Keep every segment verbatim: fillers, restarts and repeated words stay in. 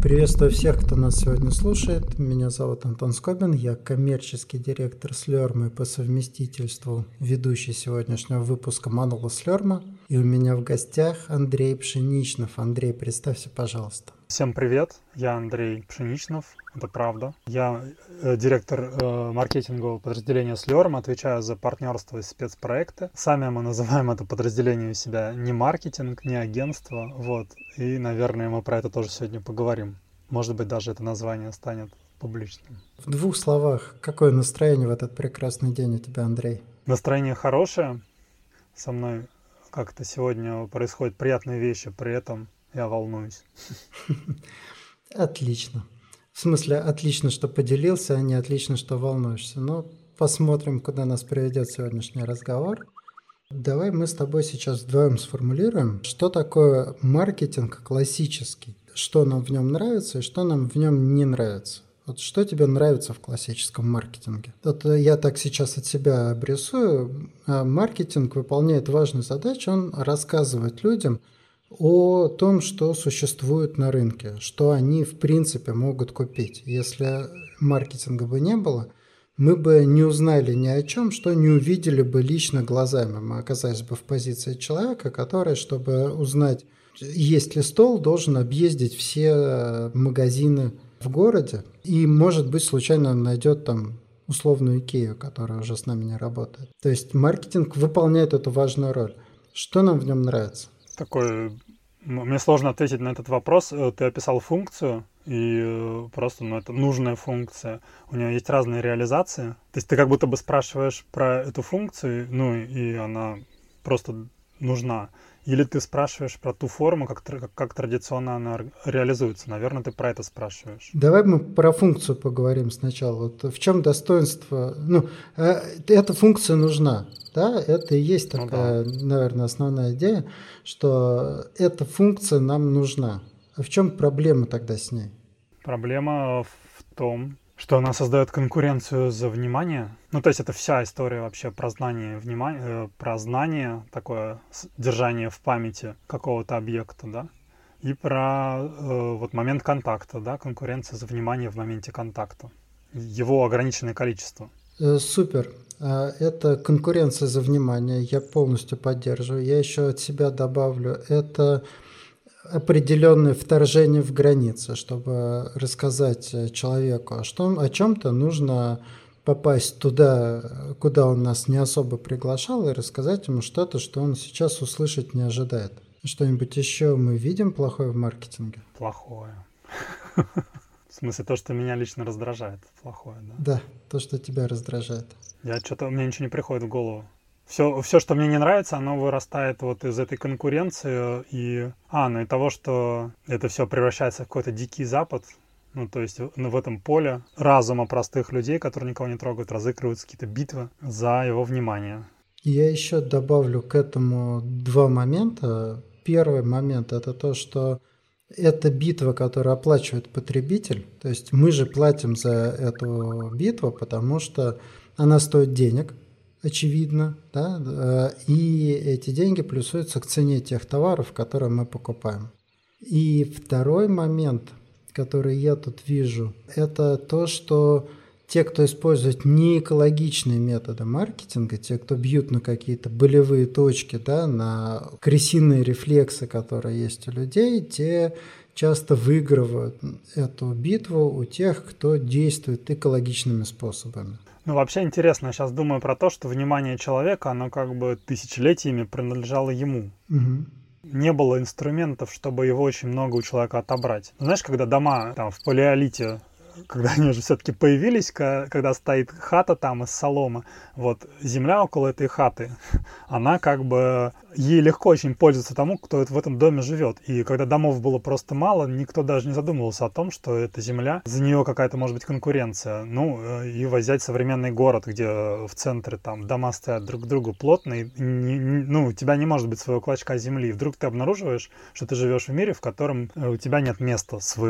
Приветствую всех, кто нас сегодня слушает. Меня зовут Антон Скобин, я коммерческий директор Слерма и по совместительству ведущий сегодняшнего выпуска Манула Слерма. И у меня в гостях Андрей Пшеничнов. Андрей, представься, пожалуйста. Всем привет, я Андрей Пшеничнов, это правда. Я э, директор э, маркетингового подразделения Слерм, отвечаю за партнерство и спецпроекты. Сами мы называем это подразделение у себя не маркетинг, не агентство, вот. И, наверное, мы про это тоже сегодня поговорим. Может быть, даже это название станет публичным. В двух словах, какое настроение в этот прекрасный день у тебя, Андрей? Настроение хорошее, со мной как-то сегодня происходят приятные вещи, при этом я волнуюсь. Отлично. В смысле, отлично, что поделился, а не отлично, что волнуешься. Но посмотрим, куда нас приведет сегодняшний разговор. Давай мы с тобой сейчас вдвоем сформулируем, что такое маркетинг классический, что нам в нем нравится и что нам в нем не нравится. Вот что тебе нравится в классическом маркетинге? Вот я так сейчас от себя обрисую. Маркетинг выполняет важную задачу, он рассказывает людям о том, что существует на рынке, что они в принципе могут купить. Если маркетинга бы не было, мы бы не узнали ни о чем, что не увидели бы лично глазами. Мы оказались бы в позиции человека, который, чтобы узнать, есть ли стол, должен объездить все магазины в городе. И, может быть, случайно найдет там условную Икею, которая уже с нами не работает. То есть маркетинг выполняет эту важную роль. Что нам в нем нравится? Такой, мне сложно ответить на этот вопрос. Ты описал функцию, и просто, ну, это нужная функция. У нее есть разные реализации. То есть ты как будто бы спрашиваешь про эту функцию, ну, и она просто нужна. Или ты спрашиваешь про ту форму, как, как, как традиционно она реализуется. Наверное, ты про это спрашиваешь. Давай мы про функцию поговорим сначала. Вот в чем достоинство? Ну, эта функция нужна. Да, это и есть такая, ну, да. наверное, основная идея, что эта функция нам нужна. А в чем проблема тогда с ней? Проблема в том, что она создает конкуренцию за внимание. Ну, то есть это вся история вообще про знание, внимание, про знание, такое держание в памяти какого-то объекта, да, и про э, вот момент контакта, да, конкуренция за внимание в моменте контакта, его ограниченное количество. Супер. Это конкуренция за внимание, я полностью поддерживаю. Я еще от себя добавлю, это определенное вторжение в границы, чтобы рассказать человеку о, что, о чем-то, нужно попасть туда, куда он нас не особо приглашал, и рассказать ему что-то, что он сейчас услышать не ожидает. Что-нибудь еще мы видим плохое в маркетинге? Плохое. В смысле, то, что меня лично раздражает, плохое, да? Да, то, что тебя раздражает. Я что-то, мне ничего не приходит в голову. Все, все, что мне не нравится, оно вырастает вот из этой конкуренции и... А, ну и того, что это все превращается в какой-то дикий запад. Ну, то есть в этом поле разума простых людей, которые никого не трогают, разыгрываются какие-то битвы за его внимание. Я еще добавлю к этому два момента. Первый момент – это то, что это битва, которую оплачивает потребитель. То есть мы же платим за эту битву, потому что она стоит денег, очевидно, да, и эти деньги плюсуются к цене тех товаров, которые мы покупаем. И второй момент, который я тут вижу, это то, что те, кто использует неэкологичные методы маркетинга, те, кто бьют на какие-то болевые точки, да, на крысиные рефлексы, которые есть у людей, те часто выигрывают эту битву у тех, кто действует экологичными способами. Ну, вообще интересно, я сейчас думаю про то, что внимание человека, оно как бы тысячелетиями принадлежало ему. Угу. Не было инструментов, чтобы его очень много у человека отобрать. Знаешь, когда дома там в палеолите, когда они уже все-таки появились, когда стоит хата там из соломы, вот земля около этой хаты, она как бы, ей легко очень пользоваться тому, кто в этом доме живет. И когда домов было просто мало, никто даже не задумывался о том, что эта земля, за нее какая-то может быть конкуренция. Ну, и взять современный город, где в центре там дома стоят друг к другу плотно, и не, не, ну, у тебя не может быть своего клочка земли. И вдруг ты обнаруживаешь, что ты живешь в мире, в котором у тебя нет места своего.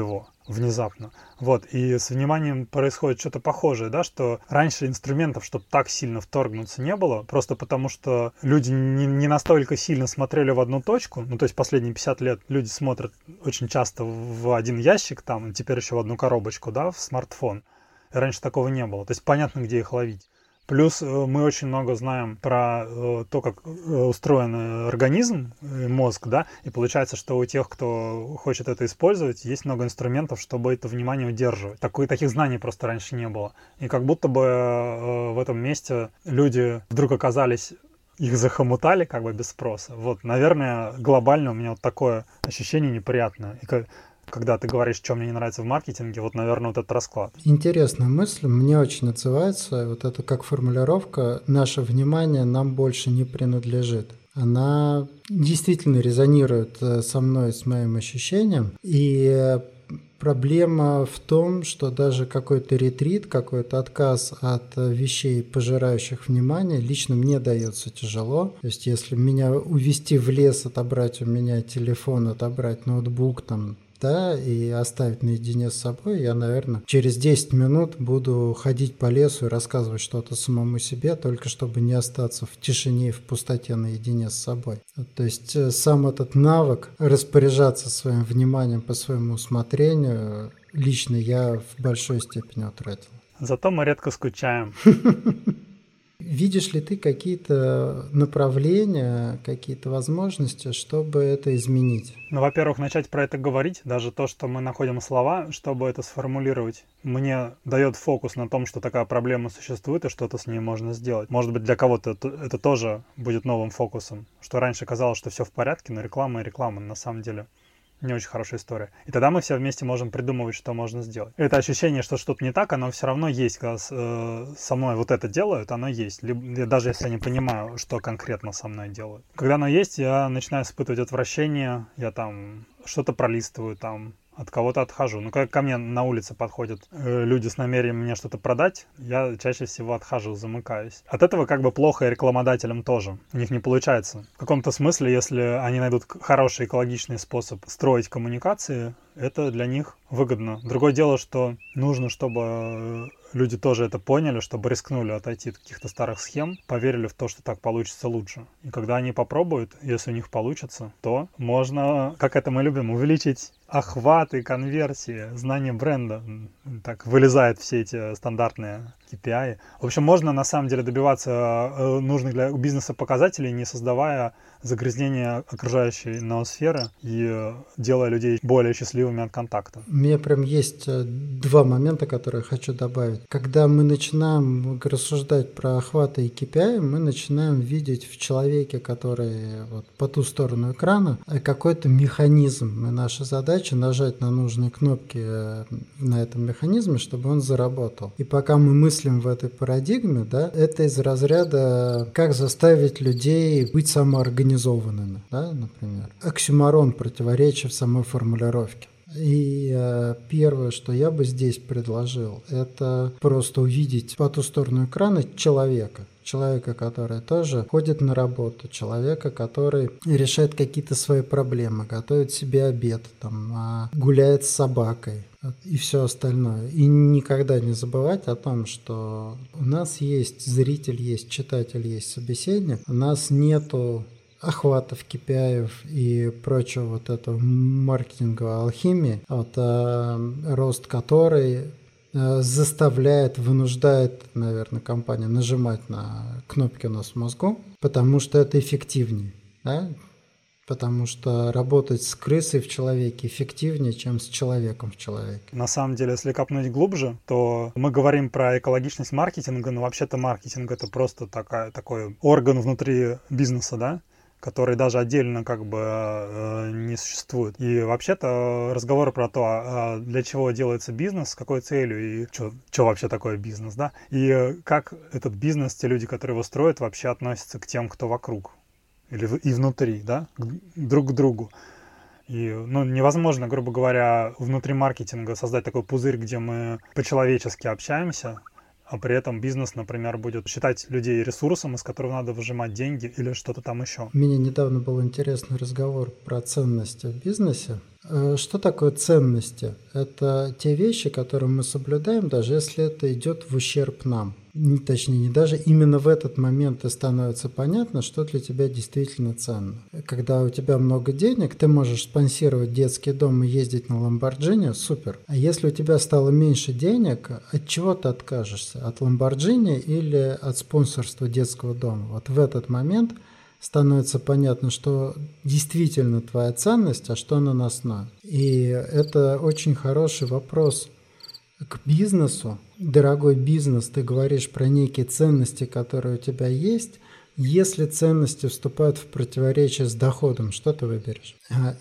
внезапно. Вот, и с вниманием происходит что-то похожее, да, что раньше инструментов, чтобы так сильно вторгнуться, не было, просто потому что люди не, не настолько сильно смотрели в одну точку, ну, то есть последние пятьдесят лет люди смотрят очень часто в один ящик, там, теперь еще в одну коробочку, да, в смартфон. И раньше такого не было, то есть понятно, где их ловить. Плюс мы очень много знаем про то, как устроен организм, мозг, да, и получается, что у тех, кто хочет это использовать, есть много инструментов, чтобы это внимание удерживать. Такой, таких знаний просто раньше не было. И как будто бы в этом месте люди вдруг оказались, их захомутали как бы без спроса. Вот, наверное, глобально у меня вот такое ощущение неприятное. И когда ты говоришь, что мне не нравится в маркетинге, вот, наверное, вот этот расклад. Интересная мысль, мне очень отзывается, вот это как формулировка «наше внимание нам больше не принадлежит». Она действительно резонирует со мной, с моим ощущением, и проблема в том, что даже какой-то ретрит, какой-то отказ от вещей, пожирающих внимание, лично мне дается тяжело. То есть если меня увести в лес, отобрать у меня телефон, отобрать ноутбук, там, да, и оставить наедине с собой, я, наверное, через десять минут буду ходить по лесу и рассказывать что-то самому себе, только чтобы не остаться в тишине и в пустоте наедине с собой. То есть сам этот навык распоряжаться своим вниманием по своему усмотрению лично я в большой степени утратил. Зато мы редко скучаем. Видишь ли ты какие-то направления, какие-то возможности, чтобы это изменить? Ну, во-первых, начать про это говорить, даже то, что мы находим слова, чтобы это сформулировать, мне дает фокус на том, что такая проблема существует и что-то с ней можно сделать. Может быть, для кого-то это, это тоже будет новым фокусом, что раньше казалось, что все в порядке, но реклама и реклама на самом деле не очень хорошая история. И тогда мы все вместе можем придумывать, что можно сделать. Это ощущение, что что-то не так, оно все равно есть. Когда э, со мной вот это делают, оно есть. Либо, даже если я не понимаю, что конкретно со мной делают. Когда оно есть, я начинаю испытывать отвращение, я там что-то пролистываю, там от кого-то отхожу. Ну, когда ко мне на улице подходят э, люди с намерением мне что-то продать, я чаще всего отхожу, замыкаюсь. От этого как бы плохо и рекламодателям тоже. У них не получается. В каком-то смысле, если они найдут хороший экологичный способ строить коммуникации, это для них выгодно. Другое дело, что нужно, чтобы люди тоже это поняли, чтобы рискнули отойти от каких-то старых схем, поверили в то, что так получится лучше. И когда они попробуют, если у них получится, то можно, как это мы любим, увеличить охват и конверсии, знание бренда. Так вылезают все эти стандартные кей пи ай. В общем, можно на самом деле добиваться нужных для бизнеса показателей, не создавая загрязнение окружающей ноосферы и делая людей более счастливыми от контакта. У меня прям есть два момента, которые я хочу добавить. Когда мы начинаем рассуждать про охваты и кей пи ай, мы начинаем видеть в человеке, который вот по ту сторону экрана, какой-то механизм. И наша задача нажать на нужные кнопки на этом механизме, чтобы он заработал. И пока мы мыслим в этой парадигме, да, это из разряда «как заставить людей быть самоорганизованными», да, например. Оксюморон, противоречие в самой формулировке. И э, первое, что я бы здесь предложил, это просто увидеть по ту сторону экрана человека. Человека, который тоже ходит на работу, человека, который решает какие-то свои проблемы, готовит себе обед, там, гуляет с собакой и все остальное. И никогда не забывать о том, что у нас есть зритель, есть читатель, есть собеседник, у нас нету охватов, кей пи ай и прочего вот этого маркетинговой алхимии, вот, а, рост которой заставляет, вынуждает, наверное, компанию нажимать на кнопки у нас в мозгу, потому что это эффективнее, да? Потому что работать с крысой в человеке эффективнее, чем с человеком в человеке. На самом деле, если копнуть глубже, то мы говорим про экологичность маркетинга, но вообще-то маркетинг — это просто такая, такой орган внутри бизнеса, да? Который даже отдельно как бы э, не существует. И вообще-то разговор про то, а для чего делается бизнес, с какой целью и что вообще такое бизнес, да? И как этот бизнес, те люди, которые его строят, вообще относятся к тем, кто вокруг. Или в, и внутри, да? Друг к другу. И, ну, невозможно, грубо говоря, внутри маркетинга создать такой пузырь, где мы по-человечески общаемся, а при этом бизнес, например, будет считать людей ресурсом, из которого надо выжимать деньги или что-то там еще. У меня недавно был интересный разговор про ценности в бизнесе. Что такое ценности? Это те вещи, которые мы соблюдаем, даже если это идет в ущерб нам. Точнее, не даже именно в этот момент и становится понятно, что для тебя действительно ценно. Когда у тебя много денег, ты можешь спонсировать детский дом и ездить на Lamborghini, супер. А если у тебя стало меньше денег, от чего ты откажешься? От Lamborghini или от спонсорства детского дома? Вот в этот момент становится понятно, что действительно твоя ценность, а что наносна. И это очень хороший вопрос к бизнесу. Дорогой бизнес, ты говоришь про некие ценности, которые у тебя есть. Если ценности вступают в противоречие с доходом, что ты выберешь?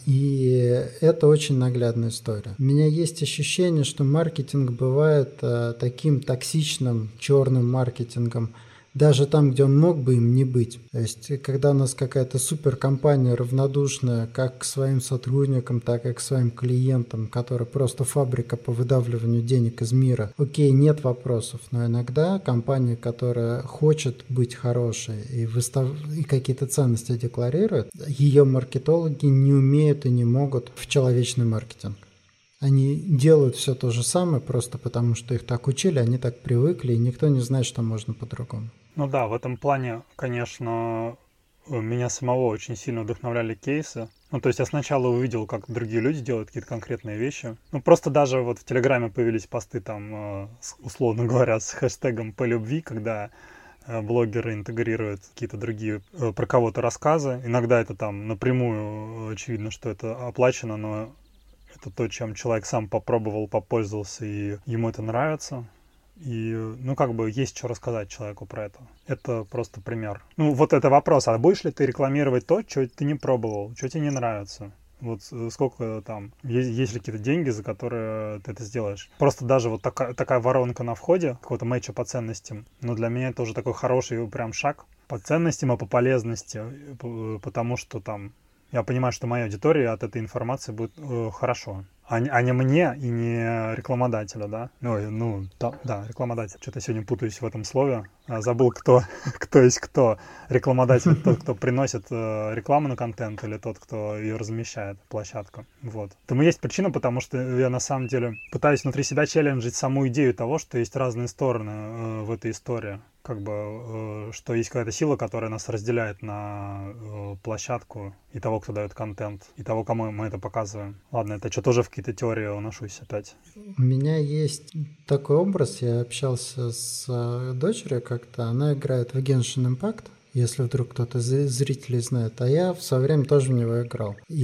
И это очень наглядная история. У меня есть ощущение, что маркетинг бывает таким токсичным, черным маркетингом, даже там, где он мог бы им не быть. То есть, когда у нас какая-то суперкомпания равнодушная как к своим сотрудникам, так и к своим клиентам, которая просто фабрика по выдавливанию денег из мира, окей, нет вопросов, но иногда компания, которая хочет быть хорошей и, выстав... и какие-то ценности декларирует, ее маркетологи не умеют и не могут в человечный маркетинг. Они делают все то же самое, просто потому что их так учили, они так привыкли, и никто не знает, что можно по-другому. Ну да, в этом плане, конечно, меня самого очень сильно вдохновляли кейсы. Ну, то есть я сначала увидел, как другие люди делают какие-то конкретные вещи. Ну, просто даже вот в Телеграме появились посты там, условно говоря, с хэштегом «по любви», когда блогеры интегрируют какие-то другие про кого-то рассказы. Иногда это там напрямую очевидно, что это оплачено, но это то, чем человек сам попробовал, попользовался, и ему это нравится. И, ну, как бы есть что рассказать человеку про это. Это просто пример. Ну, вот это вопрос, а будешь ли ты рекламировать то, что ты не пробовал, что тебе не нравится? Вот сколько там, есть, есть ли какие-то деньги, за которые ты это сделаешь? Просто даже вот такая, такая воронка на входе, какого-то мэча по ценностям, ну, для меня это уже такой хороший прям шаг по ценностям и по полезности, потому что там я понимаю, что моя аудитория от этой информации будет э, хорошо. А, а не мне и не рекламодателю, да? Ну, ну да, да, рекламодатель. Что-то я сегодня путаюсь в этом слове. Забыл, кто, кто есть кто. Рекламодатель — тот, кто приносит э, рекламу на контент, или тот, кто ее размещает, площадку. Вот. Тому есть причина, потому что я на самом деле пытаюсь внутри себя челленджить саму идею того, что есть разные стороны э, в этой истории. Как бы, э, что есть какая-то сила, которая нас разделяет на э, площадку и того, кто дает контент, и того, кому мы это показываем. Ладно, это что, тоже в какие-то теории уношусь опять. У меня есть такой образ, я общался с дочерью как-то, она играет в Genshin Impact, если вдруг кто-то из зрителей знает, а я в свое время тоже в него играл. И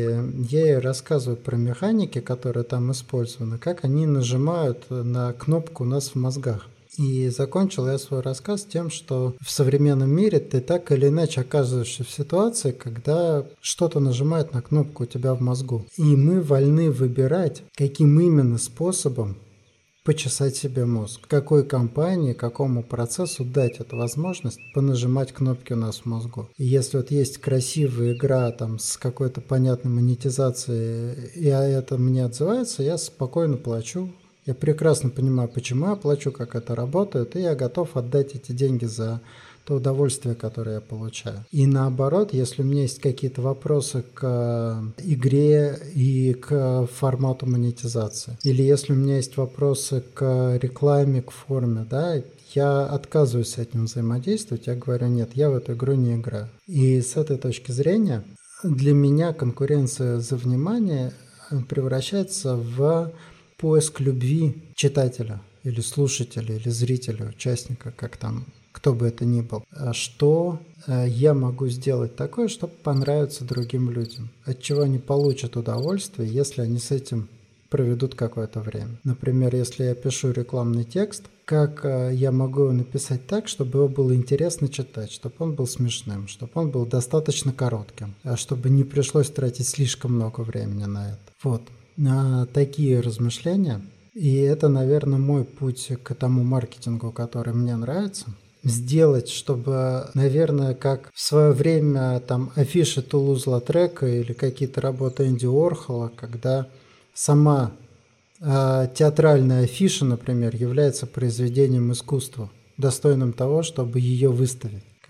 я ей рассказываю про механики, которые там использованы, как они нажимают на кнопку у нас в мозгах. И закончил я свой рассказ тем, что в современном мире ты так или иначе оказываешься в ситуации, когда что-то нажимает на кнопку у тебя в мозгу. И мы вольны выбирать, каким именно способом почесать себе мозг. Какой компании, какому процессу дать эту возможность понажимать кнопки у нас в мозгу. И если вот есть красивая игра там с какой-то понятной монетизацией, и это мне отзывается, я спокойно плачу. Я прекрасно понимаю, почему я плачу, как это работает, и я готов отдать эти деньги за то удовольствие, которое я получаю. И наоборот, если у меня есть какие-то вопросы к игре и к формату монетизации, или если у меня есть вопросы к рекламе, к форме, да, я отказываюсь с этим взаимодействовать, я говорю, нет, я в эту игру не играю. И с этой точки зрения для меня конкуренция за внимание превращается в поиск любви читателя или слушателя, или зрителя, участника, как там, кто бы это ни был. Что я могу сделать такое, чтобы понравиться другим людям? От чего они получат удовольствие, если они с этим проведут какое-то время? Например, если я пишу рекламный текст, как я могу его написать так, чтобы его было интересно читать, чтобы он был смешным, чтобы он был достаточно коротким, чтобы не пришлось тратить слишком много времени на это. Вот. На такие размышления. И это, наверное, мой путь к тому маркетингу, который мне нравится. Сделать, чтобы, наверное, как в свое время там афиши Тулуз-Латрека или какие-то работы Энди Уорхола, когда сама э, театральная афиша, например, является произведением искусства, достойным того, чтобы ее выставить.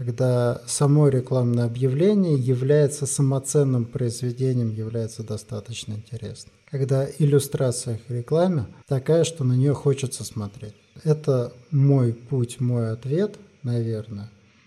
когда само рекламное объявление является самоценным произведением, является достаточно интересным. Когда иллюстрация к рекламе такая, что на нее хочется смотреть. Это мой путь, мой ответ, наверное,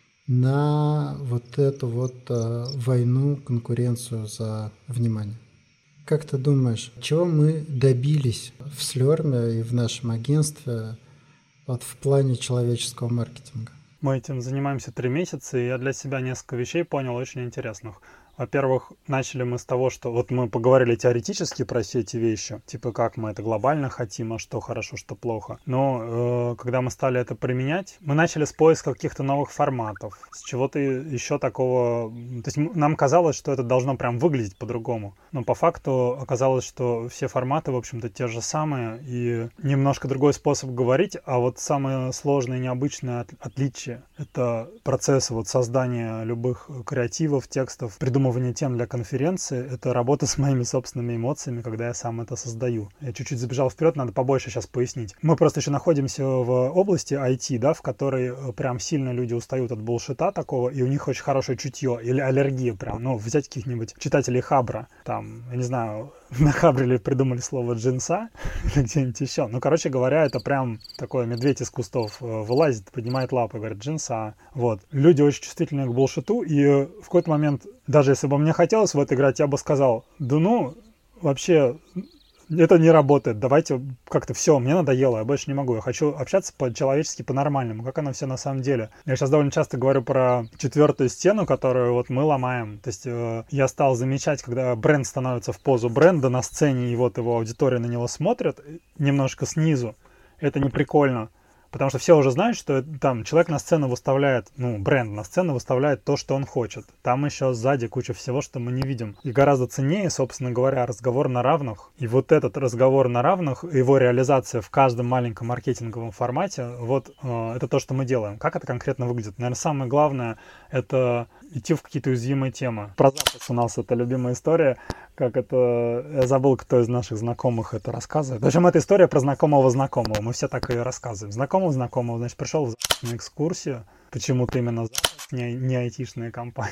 на вот эту вот э, войну, конкуренцию за внимание. Как ты думаешь, чего мы добились в Slurm и в нашем агентстве вот в плане человеческого маркетинга? Мы этим занимаемся три месяца, и я для себя несколько вещей понял очень интересных. Во-первых, начали мы с того, что вот мы поговорили теоретически про все эти вещи, типа как мы это глобально хотим, а что хорошо, что плохо. Но э, когда мы стали это применять, мы начали с поиска каких-то новых форматов, с чего-то еще такого... То есть нам казалось, что это должно прям выглядеть по-другому. Но по факту оказалось, что все форматы, в общем-то, те же самые, и немножко другой способ говорить, а вот самое сложное и необычное от- отличие — это процесс вот создания любых креативов, текстов, придумывания тем для конференции, это работа с моими собственными эмоциями, когда я сам это создаю. Я чуть-чуть забежал вперед, надо побольше сейчас пояснить. Мы просто еще находимся в области ай ти, да, в которой прям сильно люди устают от булшита такого, и у них очень хорошее чутье или аллергия прям. Ну, взять каких-нибудь читателей Хабра, там, я не знаю, на Хабре придумали слово джинса или где-нибудь еще. Ну, короче говоря, это прям такой медведь из кустов вылазит, поднимает лапы, говорит джинса. Вот. Люди очень чувствительны к булшиту, и в какой-то момент, даже если бы мне хотелось в это играть, я бы сказал, да ну, вообще, это не работает, давайте как-то все, мне надоело, я больше не могу, я хочу общаться по-человечески, по-нормальному, как оно все на самом деле. Я сейчас довольно часто говорю про четвертую стену, которую вот мы ломаем. То есть э, я стал замечать, когда бренд становится в позу бренда на сцене, и вот его аудитория на него смотрит немножко снизу, это не прикольно. Потому что все уже знают, что там человек на сцену выставляет, ну, бренд на сцену выставляет то, что он хочет. Там еще сзади куча всего, что мы не видим. И гораздо ценнее, собственно говоря, разговор на равных. И вот этот разговор на равных, его реализация в каждом маленьком маркетинговом формате, вот э, это то, что мы делаем. Как это конкретно выглядит? Наверное, самое главное — это идти в какие-то уязвимые темы. Про запись у нас это любимая история. Как это... Я забыл, кто из наших знакомых это рассказывает. В общем, это история про знакомого знакомого. Мы все так и рассказываем. Знакомого знакомого, значит, пришел на экскурсию. Почему-то именно запуск, не, не айтишная компания.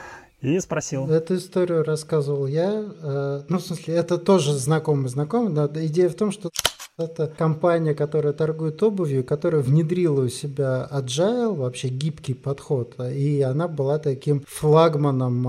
И спросил. Эту историю рассказывал я. Э, ну, в смысле, это тоже знакомый знакомый. Но идея в том, что это компания, которая торгует обувью, которая внедрила у себя agile, вообще гибкий подход. И она была таким флагманом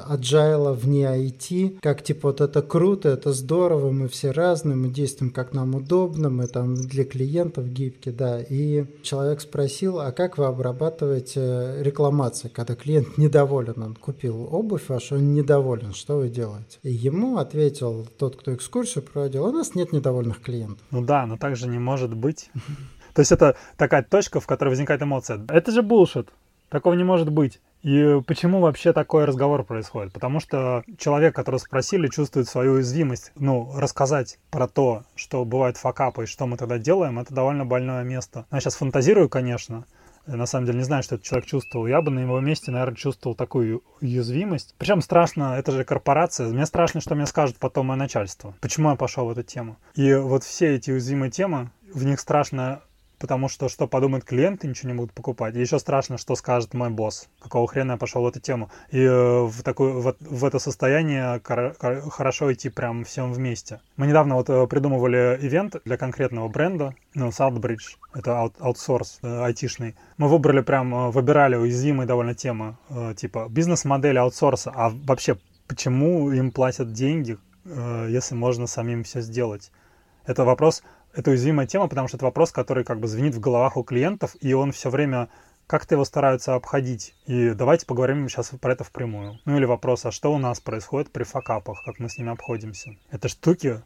agile вне ай ти. Как типа вот это круто, это здорово, мы все разные, мы действуем как нам удобно, мы там для клиентов гибкие, да. И человек спросил, а как вы обрабатываете рекламации, когда клиент недоволен, он купил обувь вашу, он недоволен, что вы делаете? И ему ответил тот, кто экскурсию проводил, у нас нет недовольных клиентов. Ну да, но так же не может быть. То есть это такая точка, в которой возникает эмоция. Это же булшит. Такого не может быть. И почему вообще такой разговор происходит? Потому что человек, которого спросили, чувствует свою уязвимость. Ну, рассказать про то, что бывают факапы и что мы тогда делаем, это довольно больное место. Я сейчас фантазирую, конечно. На самом деле не знаю, что этот человек чувствовал. Я бы на его месте, наверное, чувствовал такую уязвимость. Причем страшно, это же корпорация. Мне страшно, что мне скажет потом мое начальство. Почему я пошел в эту тему? И вот все эти уязвимые темы, в них страшно, потому что что подумают клиенты, ничего не будут покупать. И еще страшно, что скажет мой босс. Какого хрена я пошел в эту тему. И э, в, такую, в, в это состояние кор- кор- хорошо идти прям всем вместе. Мы недавно вот э, придумывали ивент для конкретного бренда. Ну, Southbridge. Это аут, аутсорс э, айтишный. Мы выбрали прям, э, выбирали уязвимые довольно темы. Э, типа бизнес-модель аутсорса. А вообще, почему им платят деньги, э, если можно самим все сделать? Это вопрос... Это уязвимая тема, потому что это вопрос, который как бы звенит в головах у клиентов, и он все время как-то его стараются обходить. И давайте поговорим сейчас про это впрямую. Ну или вопрос, а что у нас происходит при факапах, как мы с ними обходимся? Это штуки,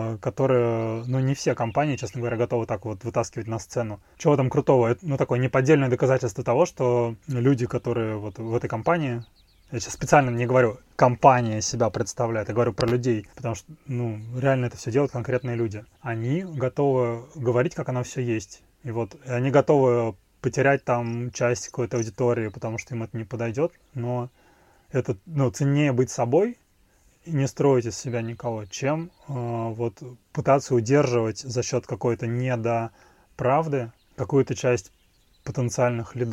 которые, ну не все компании, честно говоря, готовы так вот вытаскивать на сцену. Чего там крутого? Это, ну такое неподдельное доказательство того, что люди, которые вот в этой компании... Я сейчас специально не говорю, компания себя представляет, я говорю про людей, потому что, ну, реально это все делают конкретные люди. Они готовы говорить, как оно все есть. И вот они готовы потерять там часть какой-то аудитории, потому что им это не подойдет, но это, ну, ценнее быть собой и не строить из себя никого, чем э, вот пытаться удерживать за счет какой-то недоправды какую-то часть потенциальных лидов.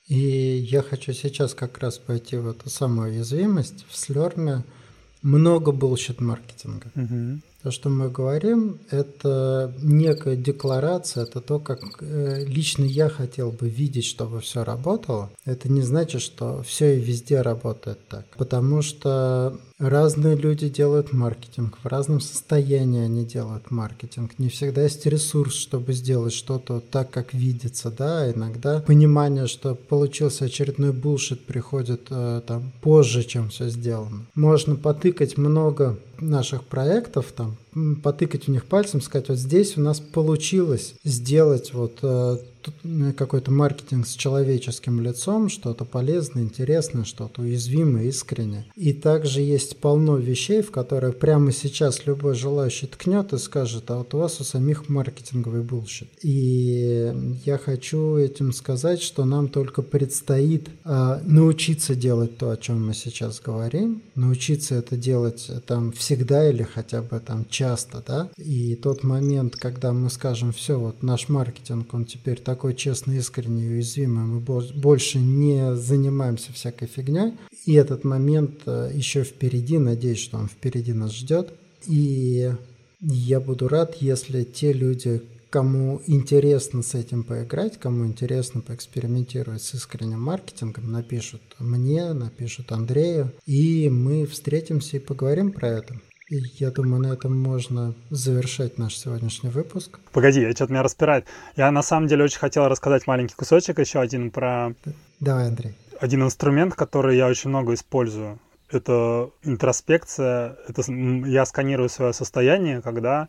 И я хочу сейчас как раз пойти в эту самую уязвимость. В Slurm много bullshit-маркетинга. Угу. То, что мы говорим, это некая декларация, это то, как э, лично я хотел бы видеть, чтобы все работало. Это не значит, что все и везде работает так. Потому что разные люди делают маркетинг, в разном состоянии они делают маркетинг. Не всегда есть ресурс, чтобы сделать что-то так, как видится. Да? Иногда понимание, что получился очередной булшит, приходит э, там, позже, чем все сделано. Можно потыкать много наших проектов, там, потыкать в них пальцем, сказать, вот здесь у нас получилось сделать вот э, какой-то маркетинг с человеческим лицом, что-то полезное, интересное, что-то уязвимое, искреннее. И также есть полно вещей, в которые прямо сейчас любой желающий ткнет и скажет, а вот у вас у самих маркетинговый булшит. И я хочу этим сказать, что нам только предстоит э, научиться делать то, о чем мы сейчас говорим, научиться это делать там всегда или хотя бы там часто, да, и тот момент, когда мы скажем, все, вот наш маркетинг, он теперь такой честный, искренний, уязвимый, мы больше не занимаемся всякой фигней, и этот момент еще впереди, надеюсь, что он впереди нас ждет, и я буду рад, если те люди, кому интересно с этим поиграть, кому интересно поэкспериментировать с искренним маркетингом, напишут мне, напишут Андрею, и мы встретимся и поговорим про это. И я думаю, на этом можно завершать наш сегодняшний выпуск. Погоди, я что-то меня распирает. Я на самом деле очень хотел рассказать маленький кусочек еще один про... Давай, Андрей. Один инструмент, который я очень много использую. Это интроспекция. Это я сканирую свое состояние, когда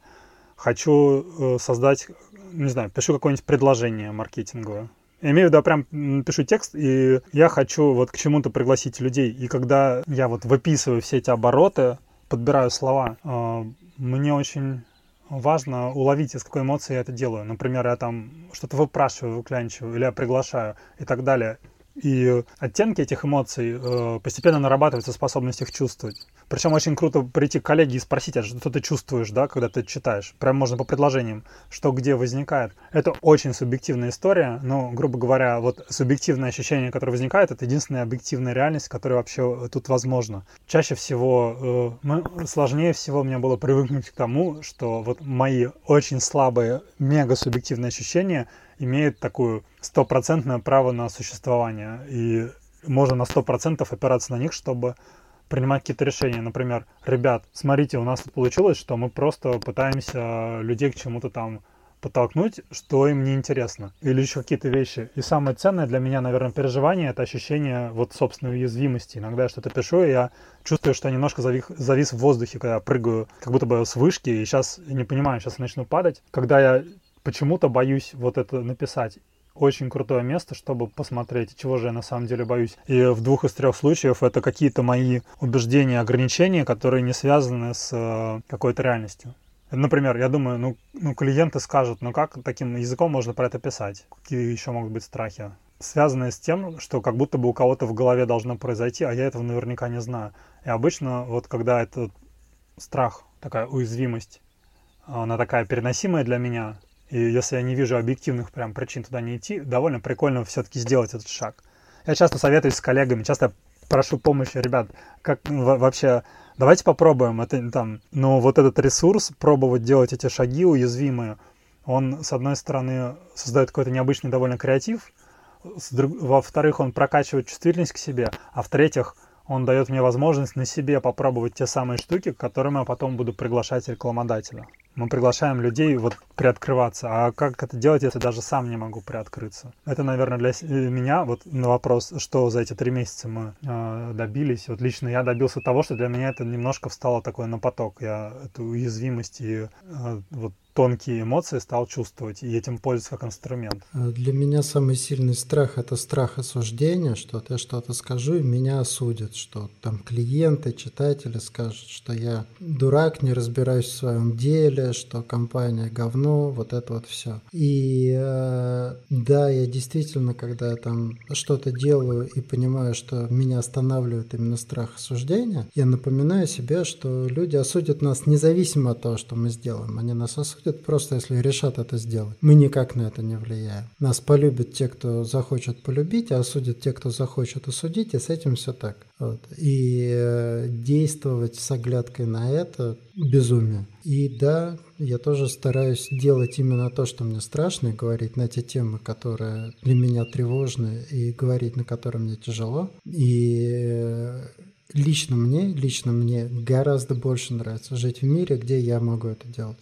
хочу создать, не знаю, пишу какое-нибудь предложение маркетинговое. Я имею в виду, я прям пишу текст, и я хочу вот к чему-то пригласить людей. И когда я вот выписываю все эти обороты, подбираю слова, мне очень важно уловить, из какой эмоции я это делаю. Например, я там что-то выпрашиваю, выклянчиваю, или я приглашаю и так далее. И оттенки этих эмоций э, постепенно нарабатываются, способность их чувствовать. Причем очень круто прийти к коллеге и спросить, а что ты чувствуешь, да, когда ты читаешь. Прям можно по предложениям, что где возникает. Это очень субъективная история, но, грубо говоря, вот субъективное ощущение, которое возникает, это единственная объективная реальность, которая вообще тут возможна. Чаще всего, э, сложнее всего мне было привыкнуть к тому, что вот мои очень слабые, мега субъективные ощущения имеют такое стопроцентное право на существование. И можно на сто процентов опираться на них, чтобы принимать какие-то решения. Например, ребят, смотрите, у нас тут получилось, что мы просто пытаемся людей к чему-то там подтолкнуть, что им не интересно. Или еще какие-то вещи. И самое ценное для меня, наверное, переживание — это ощущение вот собственной уязвимости. Иногда я что-то пишу, и я чувствую, что я немножко завис, завис в воздухе, когда я прыгаю, как будто бы с вышки, и сейчас не понимаю, сейчас начну падать. Когда я почему-то боюсь вот это написать. Очень крутое место, чтобы посмотреть, чего же я на самом деле боюсь. И в двух из трех случаев это какие-то мои убеждения, ограничения, которые не связаны с э, какой-то реальностью. Например, я думаю, ну, ну клиенты скажут, ну как таким языком можно про это писать? Какие еще могут быть страхи? Связанные с тем, что как будто бы у кого-то в голове должно произойти, а я этого наверняка не знаю. И обычно вот когда этот страх, такая уязвимость, она такая переносимая для меня, и если я не вижу объективных прям причин туда не идти, довольно прикольно все-таки сделать этот шаг. Я часто советуюсь с коллегами, часто прошу помощи, ребят, как вообще, давайте попробуем. Это там, ну, вот этот ресурс, пробовать делать эти шаги уязвимые, он, с одной стороны, создает какой-то необычный довольно креатив, во-вторых, он прокачивает чувствительность к себе, а в-третьих, он дает мне возможность на себе попробовать те самые штуки, к которым я потом буду приглашать рекламодателя. Мы приглашаем людей вот приоткрываться. А как это делать, если даже сам не могу приоткрыться? Это, наверное, для меня, вот на вопрос, что за эти три месяца мы э, добились. Вот лично я добился того, что для меня это немножко встало такое на поток. Я эту уязвимость и э, вот тонкие эмоции стал чувствовать и этим пользоваться как инструмент. Для меня самый сильный страх — это страх осуждения, что я что-то скажу и меня осудят, что там клиенты, читатели скажут, что я дурак, не разбираюсь в своем деле, что компания говно, вот это вот все. И э, да, я действительно, когда я там что-то делаю и понимаю, что меня останавливает именно страх осуждения, я напоминаю себе, что люди осудят нас независимо от того, что мы сделаем. Они нас осудят осудят, просто если решат это сделать. Мы никак на это не влияем. Нас полюбят те, кто захочет полюбить, а осудят те, кто захочет осудить, и с этим все так. Вот. И э, действовать с оглядкой на это – безумие. И да, я тоже стараюсь делать именно то, что мне страшно, и говорить на те темы, которые для меня тревожны, и говорить, на которые мне тяжело. И э, лично мне, лично мне гораздо больше нравится жить в мире, где я могу это делать.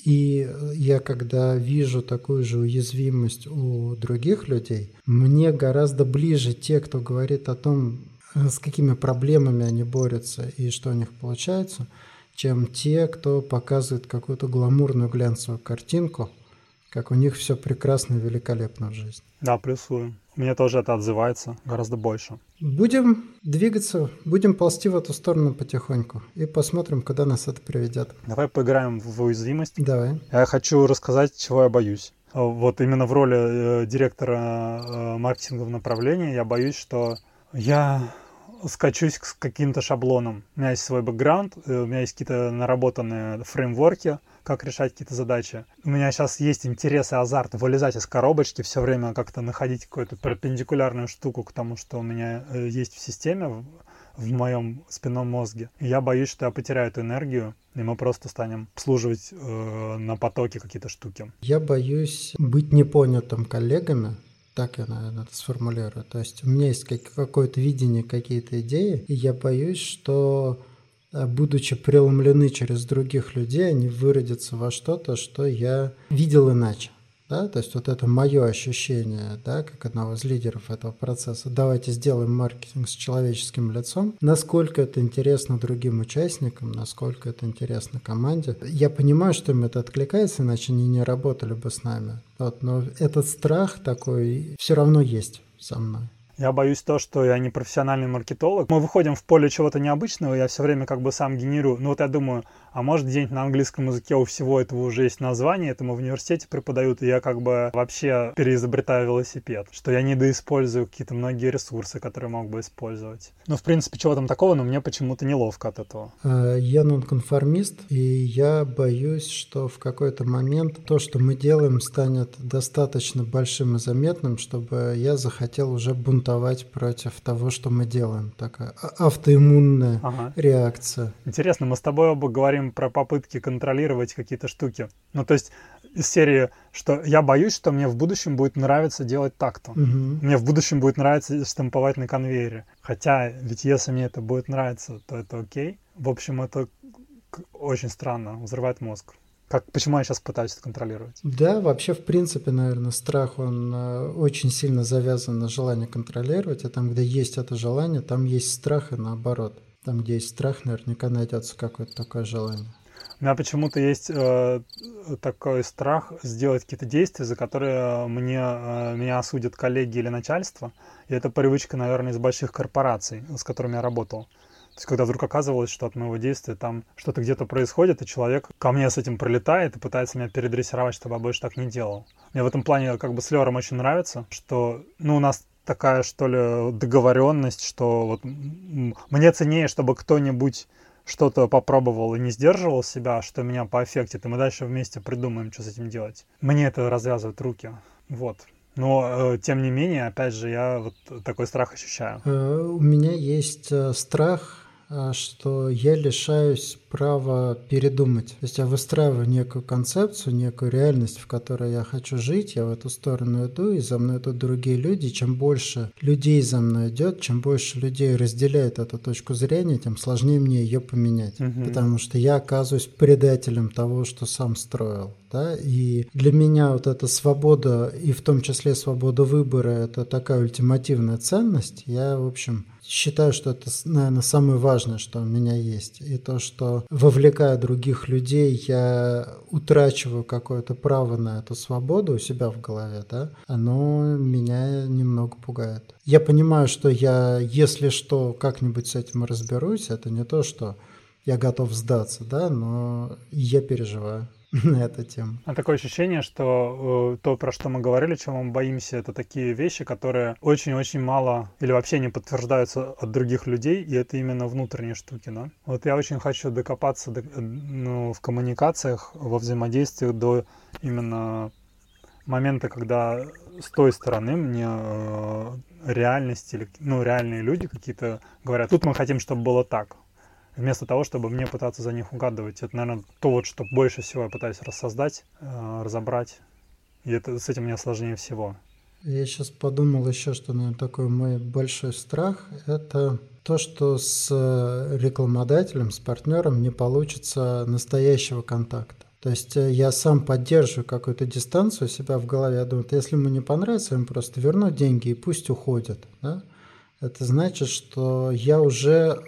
И я, когда вижу такую же уязвимость у других людей, мне гораздо ближе те, кто говорит о том, с какими проблемами они борются и что у них получается, чем те, кто показывает какую-то гламурную глянцевую картинку, как у них все прекрасно и великолепно в жизни. Да, плюсую. Мне тоже это отзывается гораздо больше. Будем двигаться, будем ползти в эту сторону потихоньку и посмотрим, куда нас это приведет. Давай поиграем в уязвимость. Давай. Я хочу рассказать, чего я боюсь. Вот именно в роли э, директора э, маркетингового направления я боюсь, что я скачусь к каким-то шаблонам. У меня есть свой бэкграунд, у меня есть какие-то наработанные фреймворки, как решать какие-то задачи. У меня сейчас есть интерес и азарт вылезать из коробочки, все время как-то находить какую-то перпендикулярную штуку к тому, что у меня есть в системе, в моем спинном мозге. И я боюсь, что я потеряю эту энергию, и мы просто станем обслуживать э, на потоке какие-то штуки. Я боюсь быть непонятым коллегами. Так я, наверное, это сформулирую. То есть у меня есть какое-то видение, какие-то идеи, и я боюсь, что, будучи преломлены через других людей, они выродятся во что-то, что я видел иначе. Да? То есть вот это мое ощущение, да, как одного из лидеров этого процесса. Давайте сделаем маркетинг с человеческим лицом. Насколько это интересно другим участникам, насколько это интересно команде. Я понимаю, что им это откликается, иначе они не работали бы с нами. Вот, но этот страх такой все равно есть со мной. Я боюсь то, что я не профессиональный маркетолог. Мы выходим в поле чего-то необычного, я все время как бы сам генерирую. Ну вот я думаю, а может где-нибудь на английском языке у всего этого уже есть название, этому в университете преподают, и я как бы вообще переизобретаю велосипед, что я недоиспользую какие-то многие ресурсы, которые мог бы использовать. Ну, в принципе, чего там такого, но мне почему-то неловко от этого. Я нонконформист, и я боюсь, что в какой-то момент то, что мы делаем, станет достаточно большим и заметным, чтобы я захотел уже бунтовать против того, что мы делаем. Такая автоиммунная ага. реакция. Интересно, мы с тобой оба говорим про попытки контролировать какие-то штуки. Ну, то есть из серии, что я боюсь, что мне в будущем будет нравиться делать так-то. Угу. Мне в будущем будет нравиться штамповать на конвейере. Хотя, ведь если мне это будет нравиться, то это окей. В общем, это очень странно, взрывает мозг. Как, почему я сейчас пытаюсь это контролировать? Да, вообще, в принципе, наверное, страх, он э, очень сильно завязан на желание контролировать, а там, где есть это желание, там есть страх и наоборот. Там, где есть страх, наверняка найдется какое-то такое желание. У меня почему-то есть э, такой страх сделать какие-то действия, за которые мне, э, меня осудят коллеги или начальство. И это привычка, наверное, из больших корпораций, с которыми я работал. То есть, когда вдруг оказывалось, что от моего действия там что-то где-то происходит, и человек ко мне с этим прилетает и пытается меня передрессировать, чтобы я больше так не делал. Мне в этом плане как бы с Лером очень нравится, что ну, у нас такая, что ли, договоренность, что вот мне ценнее, чтобы кто-нибудь что-то попробовал и не сдерживал себя, что меня поэффектит, и мы дальше вместе придумаем, что с этим делать. Мне это развязывает руки. Вот. Но, э, тем не менее, опять же, я вот такой страх ощущаю. У меня есть страх, что я лишаюсь права передумать. То есть я выстраиваю некую концепцию, некую реальность, в которой я хочу жить, я в эту сторону иду, и за мной идут другие люди. Чем больше людей за мной идет, чем больше людей разделяет эту точку зрения, тем сложнее мне ее поменять. Угу. Потому что я оказываюсь предателем того, что сам строил. Да? И для меня вот эта свобода, и в том числе свобода выбора, это такая ультимативная ценность. Я, в общем, считаю, что это, наверное, самое важное, что у меня есть. И то, что, вовлекая других людей, я утрачиваю какое-то право на эту свободу у себя в голове, да, оно меня немного пугает. Я понимаю, что я, если что, как-нибудь с этим разберусь. Это не то, что я готов сдаться, да, но я переживаю. на эту тему. А такое ощущение, что э, то, про что мы говорили, чего мы боимся, это такие вещи, которые очень-очень мало или вообще не подтверждаются от других людей, и это именно внутренние штуки, да? Вот я очень хочу докопаться до, ну, в коммуникациях, во взаимодействиях до именно момента, когда с той стороны мне э, реальность или, ну, реальные люди какие-то говорят, тут мы хотим, чтобы было так. Вместо того, чтобы мне пытаться за них угадывать. Это, наверное, то, вот, что больше всего я пытаюсь рассоздать, э, разобрать. И это, с этим мне сложнее всего. Я сейчас подумал еще, что, наверное, такой мой большой страх – это то, что с рекламодателем, с партнером не получится настоящего контакта. То есть я сам поддерживаю какую-то дистанцию у себя в голове. Я думаю, если ему не понравится, ему просто верну деньги и пусть уходят. Да? Это значит, что я уже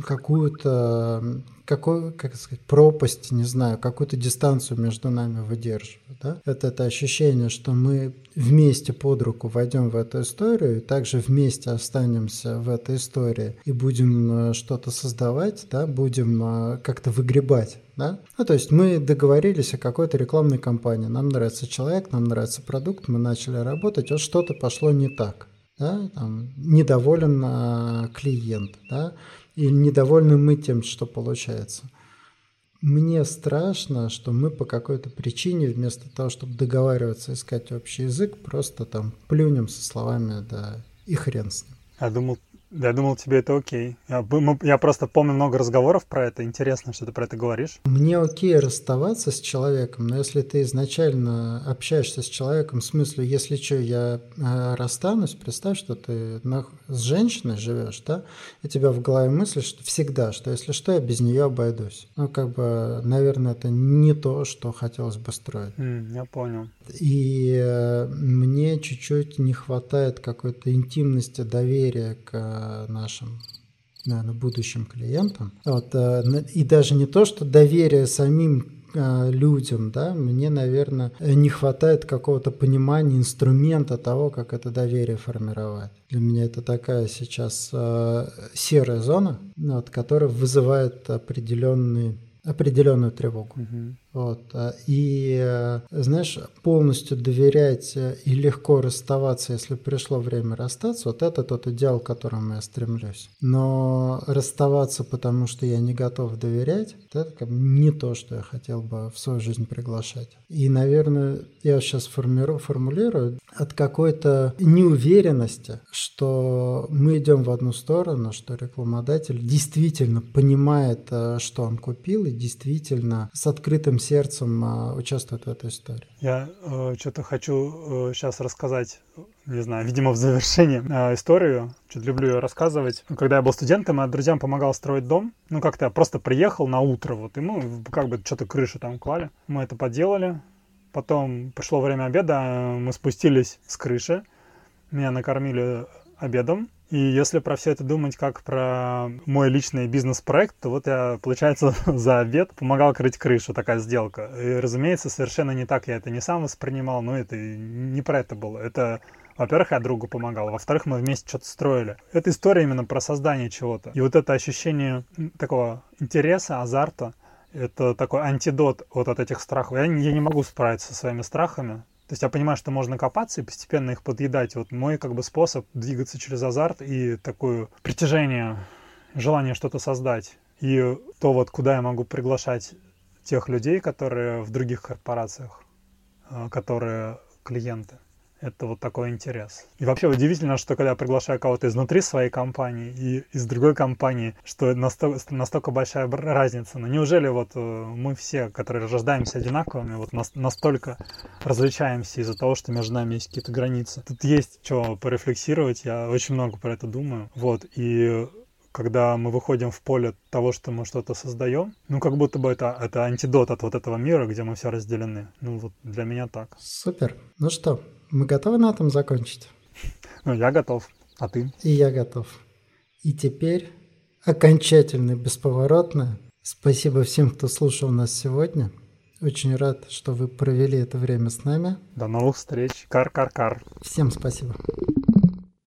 какую-то, какую, как сказать, пропасть, не знаю, какую-то дистанцию между нами выдерживаю. Да? Это это ощущение, что мы вместе под руку войдем в эту историю, и также вместе останемся в этой истории и будем что-то создавать, да? Будем как-то выгребать. Да? Ну, то есть мы договорились о какой-то рекламной кампании. Нам нравится человек, нам нравится продукт, мы начали работать, вот что-то пошло не так. Да, там, недоволен а, клиент, да, или недовольны мы тем, что получается. Мне страшно, что мы по какой-то причине, вместо того, чтобы договариваться, искать общий язык, просто там плюнем со словами, да, и хрен с ним. Я думал, я думал, тебе это окей. Я, мы, я просто помню много разговоров про это. Интересно, что ты про это говоришь. Мне окей расставаться с человеком, но если ты изначально общаешься с человеком, в смысле, если что, я э, расстанусь, представь, что ты на, с женщиной живешь, да, и у тебя в голове мысль, что всегда, что если что, я без нее обойдусь. Ну, как бы, наверное, это не то, что хотелось бы строить. Mm, я понял. И э, мне чуть-чуть не хватает какой-то интимности, доверия к нашим, наверное, будущим клиентам. Вот, и даже не то, что доверие самим людям, да, мне, наверное, не хватает какого-то понимания инструмента того, как это доверие формировать. Для меня это такая сейчас серая зона, вот, которая вызывает определенный, определенную тревогу. Mm-hmm. Вот. И, знаешь, полностью доверять и легко расставаться, если пришло время расстаться, вот это тот идеал, к которому я стремлюсь. Но расставаться, потому что я не готов доверять, это как бы не то, что я хотел бы в свою жизнь приглашать. И, наверное, я сейчас формирую, формулирую от какой-то неуверенности, что мы идем в одну сторону, что рекламодатель действительно понимает, что он купил, и действительно с открытым сердцем а, участвует в этой истории. Я э, что-то хочу э, сейчас рассказать, не знаю, видимо, в завершении э, историю. Что-то люблю ее рассказывать. Когда я был студентом, я друзьям помогал строить дом. Ну, как-то я просто приехал на утро, вот, и мы как бы что-то крышу там клали. Мы это поделали. Потом пришло время обеда, мы спустились с крыши. Меня накормили обедом. И если про все это думать как про мой личный бизнес-проект, то вот я, получается, за обед помогал крыть крышу, такая сделка. И, разумеется, совершенно не так я это не сам воспринимал, но это не про это было. Это, во-первых, я другу помогал, во-вторых, мы вместе что-то строили. Это история именно про создание чего-то. И вот это ощущение такого интереса, азарта, это такой антидот вот от этих страхов. Я не, я не могу справиться со своими страхами. То есть я понимаю, что можно копаться и постепенно их подъедать. Вот мой как бы способ двигаться через азарт и такое притяжение, желание что-то создать. И то вот, куда я могу приглашать тех людей, которые в других корпорациях, которые клиенты. Это вот такой интерес. И вообще удивительно, что когда я приглашаю кого-то изнутри своей компании и из другой компании, что настолько, настолько большая разница. Но неужели вот мы все, которые рождаемся одинаковыми, вот настолько различаемся из-за того, что между нами есть какие-то границы? Тут есть что порефлексировать, я очень много про это думаю. Вот, и когда мы выходим в поле того, что мы что-то создаем, ну, как будто бы это, это антидот от вот этого мира, где мы все разделены. Ну, вот для меня так. Супер. Ну что, мы готовы на этом закончить? Ну, я готов. А ты? И я готов. И теперь окончательно, бесповоротно. Спасибо всем, кто слушал нас сегодня. Очень рад, что вы провели это время с нами. До новых встреч. Кар-кар-кар. Всем спасибо.